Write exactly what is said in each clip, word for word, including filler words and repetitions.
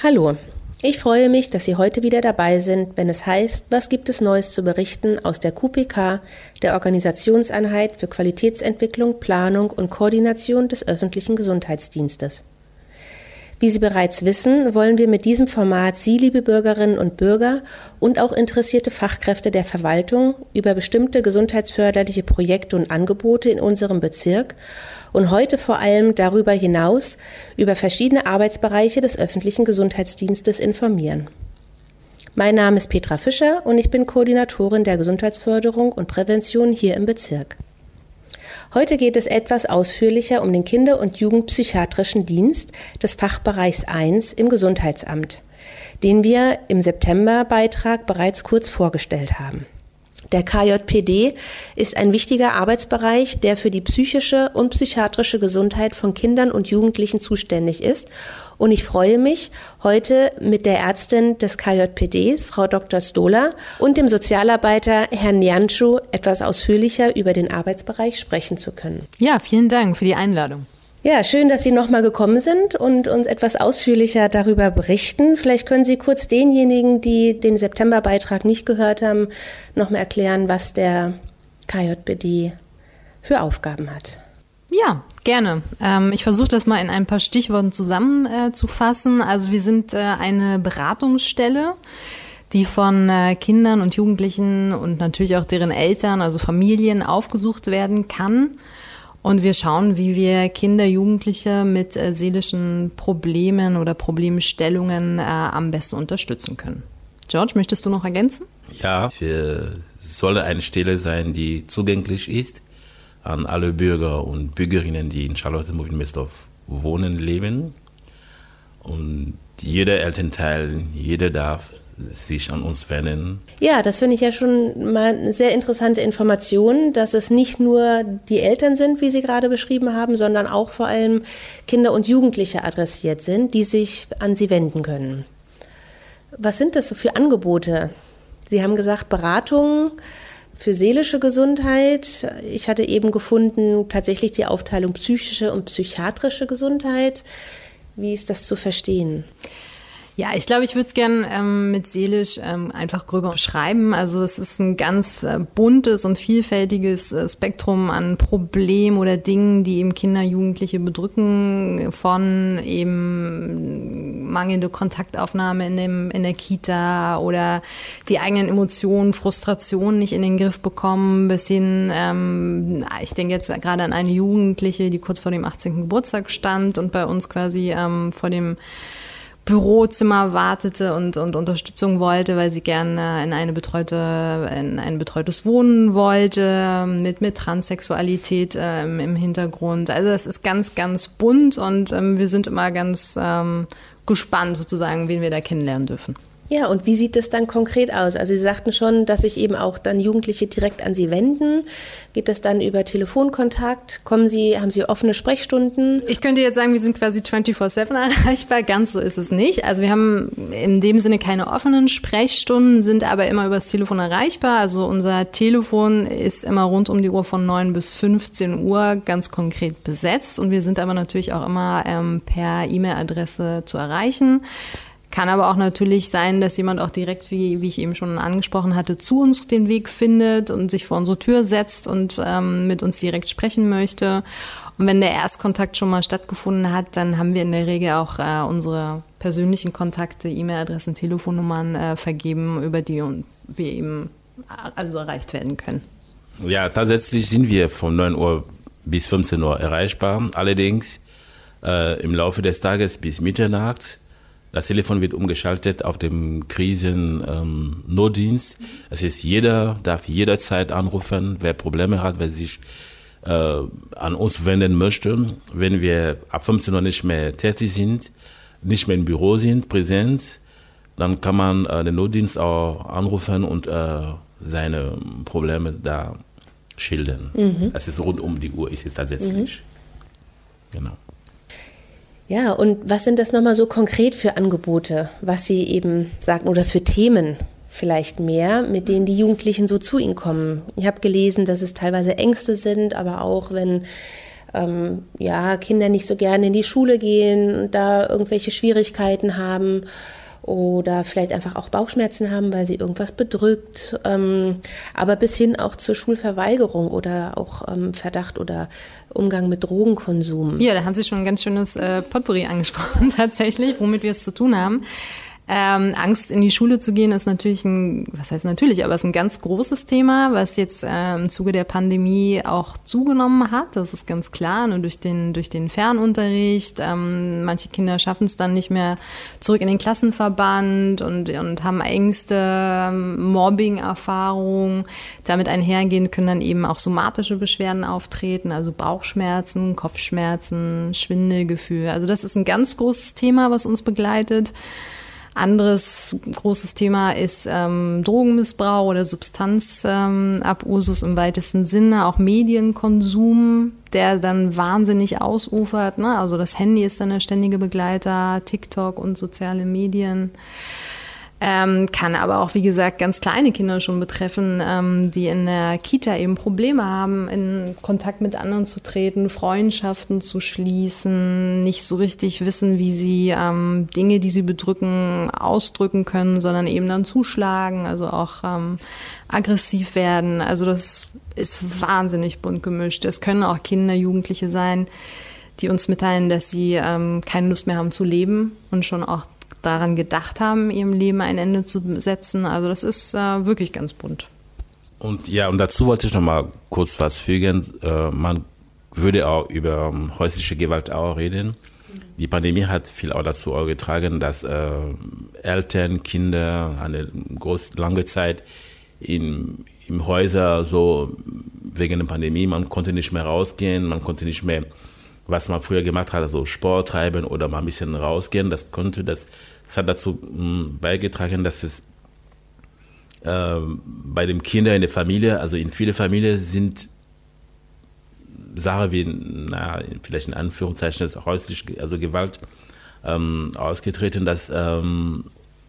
Hallo, ich freue mich, dass Sie heute wieder dabei sind, wenn es heißt, was gibt es Neues zu berichten aus der Q P K, der Organisationseinheit für Qualitätsentwicklung, Planung und Koordination des öffentlichen Gesundheitsdienstes. Wie Sie bereits wissen, wollen wir mit diesem Format Sie, liebe Bürgerinnen und Bürger und auch interessierte Fachkräfte der Verwaltung über bestimmte gesundheitsförderliche Projekte und Angebote in unserem Bezirk und heute vor allem darüber hinaus über verschiedene Arbeitsbereiche des öffentlichen Gesundheitsdienstes informieren. Mein Name ist Petra Fischer und ich bin Koordinatorin der Gesundheitsförderung und Prävention hier im Bezirk. Heute geht es etwas ausführlicher um den Kinder- und Jugendpsychiatrischen Dienst des Fachbereichs eins im Gesundheitsamt, den wir im September-Beitrag bereits kurz vorgestellt haben. Der K J P D ist ein wichtiger Arbeitsbereich, der für die psychische und psychiatrische Gesundheit von Kindern und Jugendlichen zuständig ist. Und ich freue mich, heute mit der Ärztin des K J P Ds, Frau Doktor Stola, und dem Sozialarbeiter Herrn Janschu etwas ausführlicher über den Arbeitsbereich sprechen zu können. Ja, vielen Dank für die Einladung. Ja, schön, dass Sie nochmal gekommen sind und uns etwas ausführlicher darüber berichten. Vielleicht können Sie kurz denjenigen, die den Septemberbeitrag nicht gehört haben, nochmal erklären, was der K J P D für Aufgaben hat. Ja, gerne. Ähm, ich versuche das mal in ein paar Stichworten zusammenzufassen. Äh, also wir sind äh, eine Beratungsstelle, die von äh, Kindern und Jugendlichen und natürlich auch deren Eltern, also Familien, aufgesucht werden kann. Und wir schauen, wie wir Kinder, Jugendliche mit äh, seelischen Problemen oder Problemstellungen äh, am besten unterstützen können. George, möchtest du noch ergänzen? Ja, wir sollen eine Stelle sein, die zugänglich ist an alle Bürger und Bürgerinnen, die in Charlottenburg-Wilmersdorf wohnen, leben. Und jeder Elternteil, jeder darf sich an uns wenden. Ja, das finde ich ja schon mal eine sehr interessante Information, dass es nicht nur die Eltern sind, wie Sie gerade beschrieben haben, sondern auch vor allem Kinder und Jugendliche adressiert sind, die sich an Sie wenden können. Was sind das so für Angebote? Sie haben gesagt, Beratung für seelische Gesundheit. Ich hatte eben gefunden, tatsächlich die Aufteilung psychische und psychiatrische Gesundheit. Wie ist das zu verstehen? Ja, ich glaube, ich würde es gerne ähm, mit seelisch ähm, einfach gröber beschreiben. Also es ist ein ganz äh, buntes und vielfältiges äh, Spektrum an Problemen oder Dingen, die eben Kinder, Jugendliche bedrücken, von eben mangelnde Kontaktaufnahme in, dem, in der Kita oder die eigenen Emotionen, Frustrationen nicht in den Griff bekommen, bis hin, ähm, ich denke jetzt gerade an eine Jugendliche, die kurz vor dem achtzehnten Geburtstag stand und bei uns quasi ähm, vor dem Bürozimmer wartete und, und Unterstützung wollte, weil sie gerne in eine betreute, in ein betreutes Wohnen wollte, mit, mit Transsexualität äh, im, im Hintergrund. Also es ist ganz, ganz bunt und ähm, wir sind immer ganz ähm, gespannt sozusagen, wen wir da kennenlernen dürfen. Ja, und wie sieht es dann konkret aus? Also Sie sagten schon, dass sich eben auch dann Jugendliche direkt an Sie wenden. Geht das dann über Telefonkontakt? Kommen Sie, haben Sie offene Sprechstunden? Ich könnte jetzt sagen, wir sind quasi vierundzwanzig sieben erreichbar. Ganz so ist es nicht. Also wir haben in dem Sinne keine offenen Sprechstunden, sind aber immer übers Telefon erreichbar. Also unser Telefon ist immer rund um die Uhr von neun bis fünfzehn Uhr ganz konkret besetzt. Und wir sind aber natürlich auch immer ähm, per E-Mail-Adresse zu erreichen. Kann aber auch natürlich sein, dass jemand auch direkt, wie, wie ich eben schon angesprochen hatte, zu uns den Weg findet und sich vor unsere Tür setzt und ähm, mit uns direkt sprechen möchte. Und wenn der Erstkontakt schon mal stattgefunden hat, dann haben wir in der Regel auch äh, unsere persönlichen Kontakte, E-Mail-Adressen, Telefonnummern äh, vergeben, über die wir eben also erreicht werden können. Ja, tatsächlich sind wir von neun Uhr bis fünfzehn Uhr erreichbar. Allerdings äh, im Laufe des Tages bis Mitternacht. Das Telefon wird umgeschaltet auf dem Krisennotdienst. Es ist jeder darf jederzeit anrufen, wer Probleme hat, wer sich äh, an uns wenden möchte. Wenn wir ab fünfzehn Uhr nicht mehr tätig sind, nicht mehr im Büro sind, präsent, dann kann man äh, den Notdienst auch anrufen und äh, seine Probleme da schildern. Mhm. Es ist rund um die Uhr, ist es tatsächlich. Mhm. Genau. Ja, und was sind das nochmal so konkret für Angebote, was Sie eben sagten, oder für Themen vielleicht mehr, mit denen die Jugendlichen so zu Ihnen kommen? Ich habe gelesen, dass es teilweise Ängste sind, aber auch wenn ähm, ja, Kinder nicht so gerne in die Schule gehen, da irgendwelche Schwierigkeiten haben oder vielleicht einfach auch Bauchschmerzen haben, weil sie irgendwas bedrückt, ähm, aber bis hin auch zur Schulverweigerung oder auch ähm, Verdacht oder Umgang mit Drogenkonsum. Ja, da haben Sie schon ein ganz schönes äh, Potpourri angesprochen tatsächlich, womit wir es zu tun haben. Ähm, Angst, in die Schule zu gehen, ist natürlich ein, was heißt natürlich, aber es ist ein ganz großes Thema, was jetzt äh, im Zuge der Pandemie auch zugenommen hat. Das ist ganz klar, ne, durch den, durch den Fernunterricht. Ähm, manche Kinder schaffen es dann nicht mehr zurück in den Klassenverband und, und haben Ängste, Mobbing-Erfahrungen. Damit einhergehend können dann eben auch somatische Beschwerden auftreten, also Bauchschmerzen, Kopfschmerzen, Schwindelgefühl. Also das ist ein ganz großes Thema, was uns begleitet. Anderes großes Thema ist ähm, Drogenmissbrauch oder Substanzabusus ähm, im weitesten Sinne, auch Medienkonsum, der dann wahnsinnig ausufert, ne? Also das Handy ist dann der ständige Begleiter, TikTok und soziale Medien. Ähm, kann aber auch, wie gesagt, ganz kleine Kinder schon betreffen, ähm, die in der Kita eben Probleme haben, in Kontakt mit anderen zu treten, Freundschaften zu schließen, nicht so richtig wissen, wie sie ähm, Dinge, die sie bedrücken, ausdrücken können, sondern eben dann zuschlagen, also auch ähm, aggressiv werden. Also das ist wahnsinnig bunt gemischt. Es können auch Kinder, Jugendliche sein, die uns mitteilen, dass sie ähm, keine Lust mehr haben zu leben und schon auch daran gedacht haben, ihrem Leben ein Ende zu setzen. Also das ist äh, wirklich ganz bunt. Und ja, und dazu wollte ich noch mal kurz was fügen. Äh, man würde auch über ähm, häusliche Gewalt auch reden. Die Pandemie hat viel auch dazu auch getragen, dass äh, Eltern, Kinder eine groß, lange Zeit in, in Häuser so wegen der Pandemie, man konnte nicht mehr rausgehen, man konnte nicht mehr, was man früher gemacht hat, also Sport treiben oder mal ein bisschen rausgehen, das konnte, das, das hat dazu mh, beigetragen, dass es äh, bei den Kindern in der Familie, also in vielen Familien sind Sachen wie, na, vielleicht in Anführungszeichen, das häusliche, also Gewalt ähm, ausgetreten, dass ähm,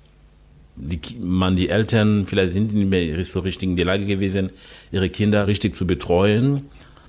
die, man die Eltern vielleicht sind nicht mehr so richtig in der Lage gewesen, ihre Kinder richtig zu betreuen.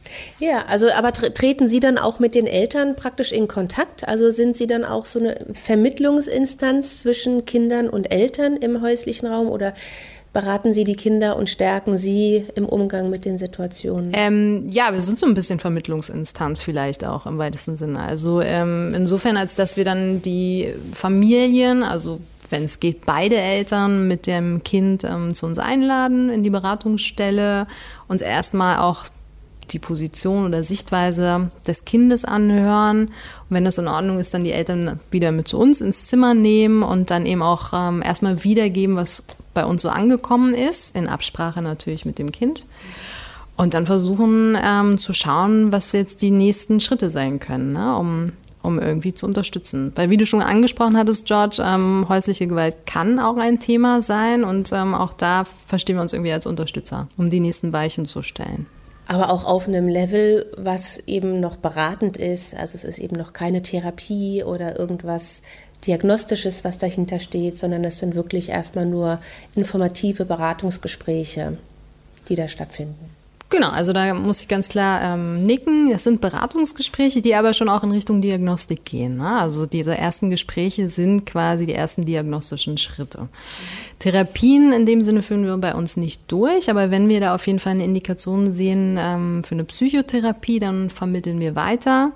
Ja, also aber treten Sie dann auch mit den Eltern praktisch in Kontakt? Also sind Sie dann auch so eine Vermittlungsinstanz zwischen Kindern und Eltern im häuslichen Raum oder beraten Sie die Kinder und stärken sie im Umgang mit den Situationen? Ähm, ja, wir sind so ein bisschen Vermittlungsinstanz vielleicht auch im weitesten Sinne. Also ähm, insofern, als dass wir dann die Familien, also wenn es geht, beide Eltern mit dem Kind ähm, zu uns einladen in die Beratungsstelle, uns erstmal auch die Position oder Sichtweise des Kindes anhören. Und wenn das in Ordnung ist, dann die Eltern wieder mit zu uns ins Zimmer nehmen und dann eben auch ähm, erstmal wiedergeben, was bei uns so angekommen ist, in Absprache natürlich mit dem Kind. Und dann versuchen ähm, zu schauen, was jetzt die nächsten Schritte sein können, ne, um, um irgendwie zu unterstützen. Weil wie du schon angesprochen hattest, George, ähm, häusliche Gewalt kann auch ein Thema sein und ähm, auch da verstehen wir uns irgendwie als Unterstützer, um die nächsten Weichen zu stellen. Aber auch auf einem Level, was eben noch beratend ist. Also es ist eben noch keine Therapie oder irgendwas Diagnostisches, was dahinter steht, sondern es sind wirklich erstmal nur informative Beratungsgespräche, die da stattfinden. Genau, also da muss ich ganz klar ähm, nicken. Das sind Beratungsgespräche, die aber schon auch in Richtung Diagnostik gehen, ne? Also diese ersten Gespräche sind quasi die ersten diagnostischen Schritte. Mhm. Therapien in dem Sinne führen wir bei uns nicht durch, aber wenn wir da auf jeden Fall eine Indikation sehen ähm, für eine Psychotherapie, dann vermitteln wir weiter.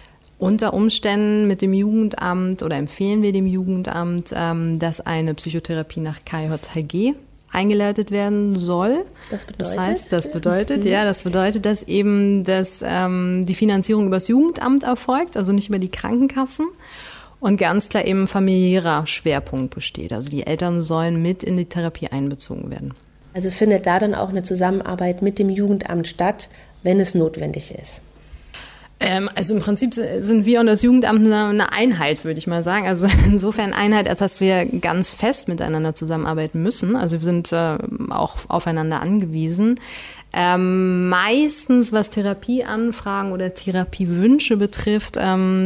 Unter Umständen mit dem Jugendamt oder empfehlen wir dem Jugendamt, ähm, dass eine Psychotherapie nach K J H G eingeleitet werden soll. Das bedeutet? Das heißt, das bedeutet, ja, das bedeutet, dass eben das, ähm, die Finanzierung über das Jugendamt erfolgt, also nicht über die Krankenkassen und ganz klar eben familiärer Schwerpunkt besteht. Also die Eltern sollen mit in die Therapie einbezogen werden. Also findet da dann auch eine Zusammenarbeit mit dem Jugendamt statt, wenn es notwendig ist? Ähm, also im Prinzip sind wir und das Jugendamt eine Einheit, würde ich mal sagen. Also insofern Einheit, als dass wir ganz fest miteinander zusammenarbeiten müssen. Also wir sind äh, auch aufeinander angewiesen. Ähm, meistens, was Therapieanfragen oder Therapiewünsche betrifft,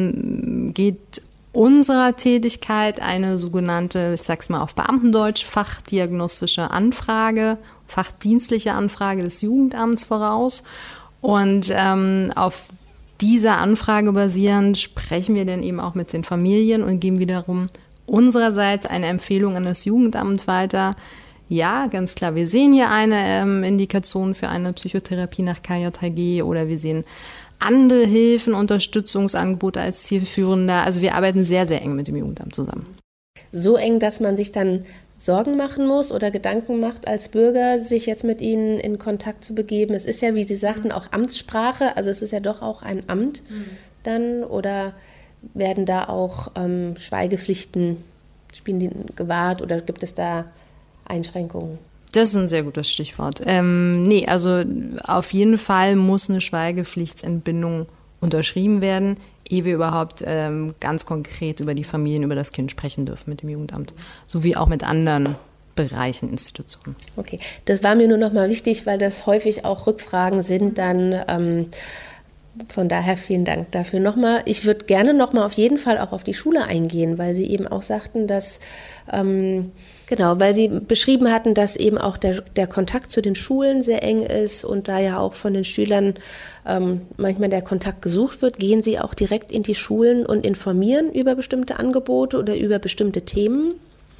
ähm, geht unserer Tätigkeit eine sogenannte, ich sag's mal auf Beamtendeutsch, fachdiagnostische Anfrage, fachdienstliche Anfrage des Jugendamts voraus. Und ähm, auf dieser Anfrage basierend sprechen wir dann eben auch mit den Familien und geben wiederum unsererseits eine Empfehlung an das Jugendamt weiter. Ja, ganz klar, wir sehen hier eine ähm, Indikation für eine Psychotherapie nach K J H G oder wir sehen andere Hilfen, Unterstützungsangebote als zielführender. Also wir arbeiten sehr, sehr eng mit dem Jugendamt zusammen. So eng, dass man sich dann Sorgen machen muss oder Gedanken macht als Bürger, sich jetzt mit ihnen in Kontakt zu begeben. Es ist ja, wie Sie sagten, auch Amtssprache, also es ist ja doch auch ein Amt mhm. dann, oder werden da auch ähm, Schweigepflichten, spielen die gewahrt oder gibt es da Einschränkungen? Das ist ein sehr gutes Stichwort. Ähm, nee, also auf jeden Fall muss eine Schweigepflichtsentbindung unterschrieben werden, ehe wir überhaupt ähm, ganz konkret über die Familien, über das Kind sprechen dürfen mit dem Jugendamt, sowie auch mit anderen Bereichen, Institutionen. Okay, das war mir nur noch mal wichtig, weil das häufig auch Rückfragen sind, dann ähm, von daher vielen Dank dafür nochmal. Ich würde gerne nochmal auf jeden Fall auch auf die Schule eingehen, weil Sie eben auch sagten, dass, ähm, genau, weil Sie beschrieben hatten, dass eben auch der, der Kontakt zu den Schulen sehr eng ist und da ja auch von den Schülern ähm, manchmal der Kontakt gesucht wird. Gehen Sie auch direkt in die Schulen und informieren über bestimmte Angebote oder über bestimmte Themen?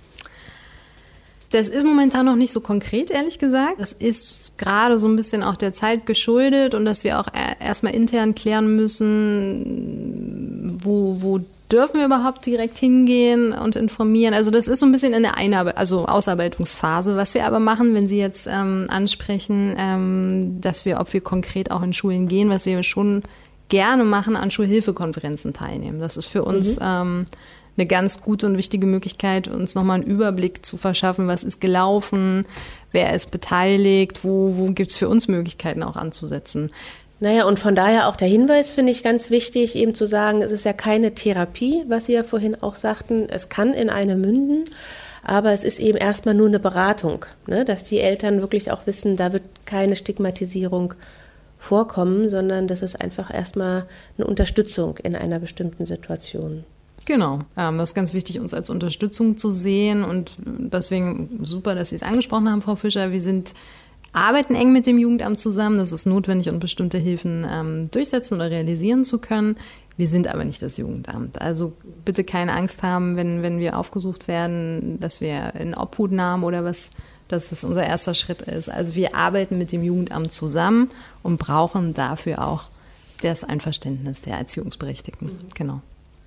Das ist momentan noch nicht so konkret, ehrlich gesagt. Das ist gerade so ein bisschen auch der Zeit geschuldet und dass wir auch erstmal intern klären müssen, wo, wo dürfen wir überhaupt direkt hingehen und informieren. Also das ist so ein bisschen in der Einarbe- also Ausarbeitungsphase. Was wir aber machen, wenn Sie jetzt ähm, ansprechen, ähm, dass wir, ob wir konkret auch in Schulen gehen, was wir schon gerne machen, an Schulhilfekonferenzen teilnehmen. Das ist für uns mhm. ähm, eine ganz gute und wichtige Möglichkeit, uns nochmal einen Überblick zu verschaffen, was ist gelaufen, wer ist beteiligt, wo, wo gibt es für uns Möglichkeiten auch anzusetzen. Naja, und von daher auch der Hinweis finde ich ganz wichtig, eben zu sagen, es ist ja keine Therapie, was Sie ja vorhin auch sagten, es kann in eine münden, aber es ist eben erstmal nur eine Beratung, ne? Dass die Eltern wirklich auch wissen, da wird keine Stigmatisierung vorkommen, sondern das ist einfach erstmal eine Unterstützung in einer bestimmten Situation. Genau, ähm, das ist ganz wichtig, uns als Unterstützung zu sehen und deswegen super, dass Sie es angesprochen haben, Frau Fischer. Wir sind, arbeiten eng mit dem Jugendamt zusammen, das ist notwendig, um bestimmte Hilfen ähm, durchsetzen oder realisieren zu können. Wir sind aber nicht das Jugendamt. Also bitte keine Angst haben, wenn, wenn wir aufgesucht werden, dass wir in Obhutnahme oder was, dass das unser erster Schritt ist. Also wir arbeiten mit dem Jugendamt zusammen und brauchen dafür auch das Einverständnis der Erziehungsberechtigten. Mhm. Genau.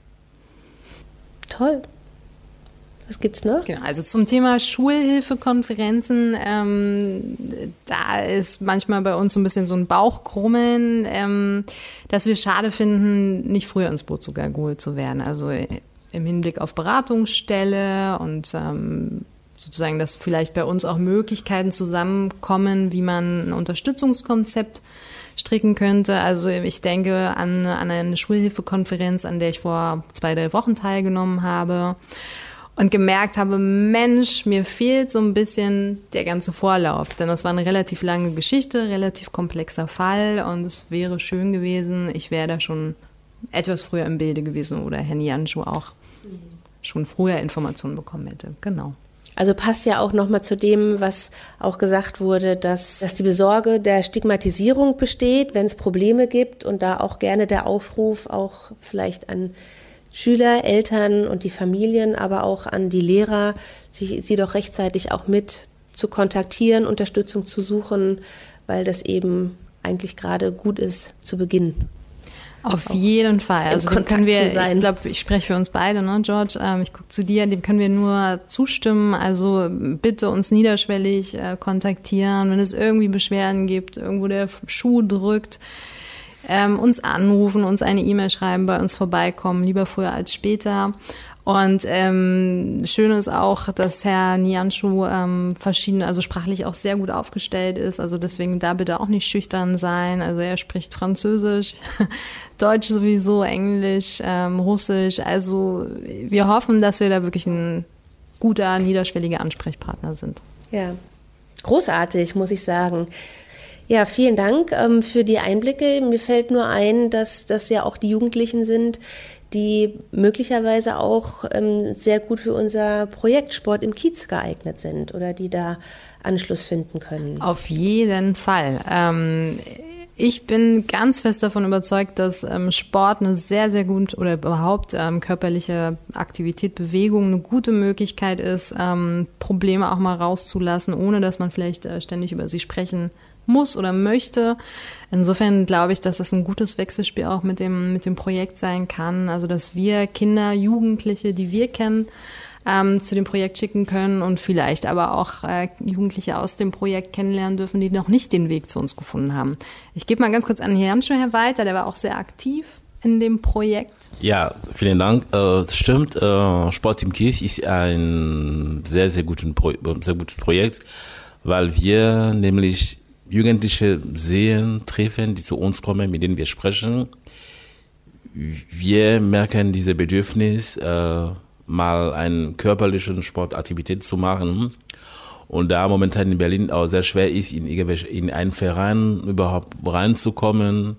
Toll. Was gibt's noch? Genau, also zum Thema Schulhilfekonferenzen, ähm, da ist manchmal bei uns so ein bisschen so ein Bauchkrummeln, ähm, dass wir schade finden, nicht früher ins Boot sogar geholt zu werden. Also im Hinblick auf Beratungsstelle und ähm, sozusagen, dass vielleicht bei uns auch Möglichkeiten zusammenkommen, wie man ein Unterstützungskonzept stricken könnte. Also ich denke an, an eine Schulhilfekonferenz, an der ich vor zwei, drei Wochen teilgenommen habe und gemerkt habe, Mensch, mir fehlt so ein bisschen der ganze Vorlauf. Denn das war eine relativ lange Geschichte, relativ komplexer Fall und es wäre schön gewesen, ich wäre da schon etwas früher im Bilde gewesen oder Herr Nianschu auch schon früher Informationen bekommen hätte. Genau. Also passt ja auch nochmal zu dem, was auch gesagt wurde, dass, dass die Besorge der Stigmatisierung besteht, wenn es Probleme gibt und da auch gerne der Aufruf auch vielleicht an Schüler, Eltern und die Familien, aber auch an die Lehrer, sie, sie doch rechtzeitig auch mit zu kontaktieren, Unterstützung zu suchen, weil das eben eigentlich gerade gut ist zu Beginn. Auf jeden Fall. Also dem können wir, ich glaube, ich spreche für uns beide, ne, George? Ähm, ich gucke zu dir, dem können wir nur zustimmen. Also bitte uns niederschwellig äh, kontaktieren, wenn es irgendwie Beschwerden gibt, irgendwo der Schuh drückt, ähm, uns anrufen, uns eine E-Mail schreiben, bei uns vorbeikommen, lieber früher als später. Und ähm, schön ist auch, dass Herr Nianschu ähm, verschiedene, also sprachlich auch sehr gut aufgestellt ist. Also deswegen da bitte auch nicht schüchtern sein. Also er spricht Französisch, Deutsch sowieso, Englisch, ähm, Russisch. Also wir hoffen, dass wir da wirklich ein guter, niederschwelliger Ansprechpartner sind. Ja, großartig, muss ich sagen. Ja, vielen Dank ähm, für die Einblicke. Mir fällt nur ein, dass das ja auch die Jugendlichen sind, die möglicherweise auch ähm, sehr gut für unser Projekt Sport im Kiez geeignet sind oder die da Anschluss finden können. Auf jeden Fall. Ähm, Ich bin ganz fest davon überzeugt, dass ähm, Sport eine sehr, sehr gut oder überhaupt ähm, körperliche Aktivität, Bewegung eine gute Möglichkeit ist, ähm, Probleme auch mal rauszulassen, ohne dass man vielleicht äh, ständig über sie sprechen muss oder möchte. Insofern glaube ich, dass das ein gutes Wechselspiel auch mit dem, mit dem Projekt sein kann. Also, dass wir Kinder, Jugendliche, die wir kennen, ähm, zu dem Projekt schicken können und vielleicht aber auch äh, Jugendliche aus dem Projekt kennenlernen dürfen, die noch nicht den Weg zu uns gefunden haben. Ich gebe mal ganz kurz an Herrn Schmidt weiter, der war auch sehr aktiv in dem Projekt. Ja, vielen Dank. Äh, stimmt, äh, Sport im Kiez ist ein sehr, sehr, guten Pro- sehr gutes Projekt, weil wir nämlich Jugendliche sehen, treffen, die zu uns kommen, mit denen wir sprechen. Wir merken dieses Bedürfnis, äh, mal eine körperliche Sportaktivität zu machen. Und da momentan in Berlin auch sehr schwer ist, in, in einen Verein überhaupt reinzukommen,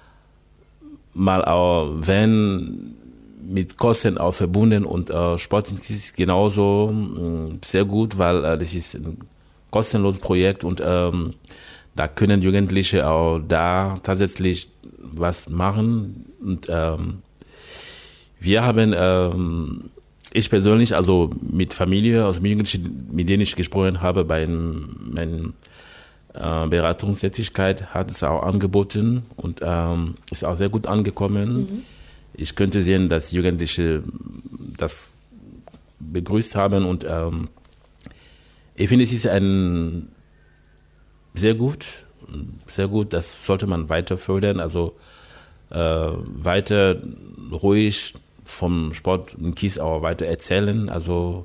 mal auch, wenn mit Kosten auch verbunden, und äh, Sport ist genauso mh, sehr gut, weil äh, das ist ein kostenloses Projekt und ähm, da können Jugendliche auch da tatsächlich was machen. Und ähm, wir haben, ähm, ich persönlich, also mit Familie, also mit Jugendlichen, mit denen ich gesprochen habe bei meiner äh, Beratungstätigkeit, hat es auch angeboten und ähm, ist auch sehr gut angekommen. Mhm. Ich könnte sehen, dass Jugendliche das begrüßt haben und ähm, ich finde, es ist ein sehr gut, sehr gut, das sollte man weiter fördern, also äh, weiter ruhig vom Sport im Kiez auch weiter erzählen, also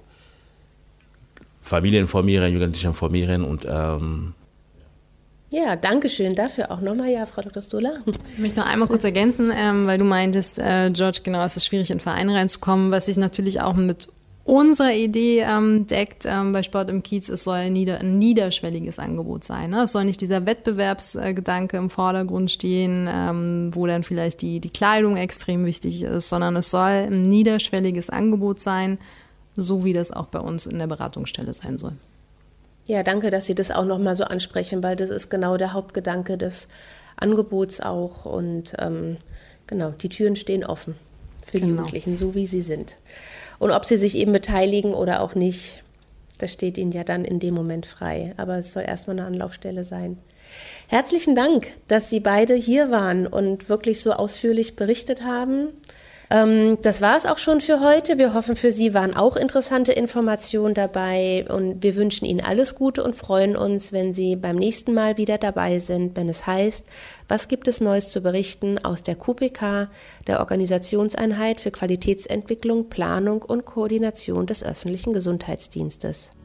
Familien informieren, Jugendliche informieren und ähm, ja, danke schön dafür auch nochmal, ja, Frau Doktor Stola. Ich möchte noch einmal kurz ergänzen, ähm, weil du meintest, äh, George, genau, es ist schwierig, in Vereine reinzukommen, was sich natürlich auch mit unserer Idee ähm, deckt ähm, bei Sport im Kiez, es soll ein, nieder, ein niederschwelliges Angebot sein. Ne? Es soll nicht dieser Wettbewerbsgedanke im Vordergrund stehen, ähm, wo dann vielleicht die, die Kleidung extrem wichtig ist, sondern es soll ein niederschwelliges Angebot sein, so wie das auch bei uns in der Beratungsstelle sein soll. Ja, danke, dass Sie das auch nochmal so ansprechen, weil das ist genau der Hauptgedanke des Angebots auch. Und ähm, genau, die Türen stehen offen für die genau. Jugendlichen, so wie sie sind. Und ob sie sich eben beteiligen oder auch nicht, das steht ihnen ja dann in dem Moment frei. Aber es soll erstmal eine Anlaufstelle sein. Herzlichen Dank, dass Sie beide hier waren und wirklich so ausführlich berichtet haben. Ähm, das war es auch schon für heute. Wir hoffen, für Sie waren auch interessante Informationen dabei und wir wünschen Ihnen alles Gute und freuen uns, wenn Sie beim nächsten Mal wieder dabei sind, wenn es heißt, was gibt es Neues zu berichten aus der Q P K, der Organisationseinheit für Qualitätsentwicklung, Planung und Koordination des öffentlichen Gesundheitsdienstes.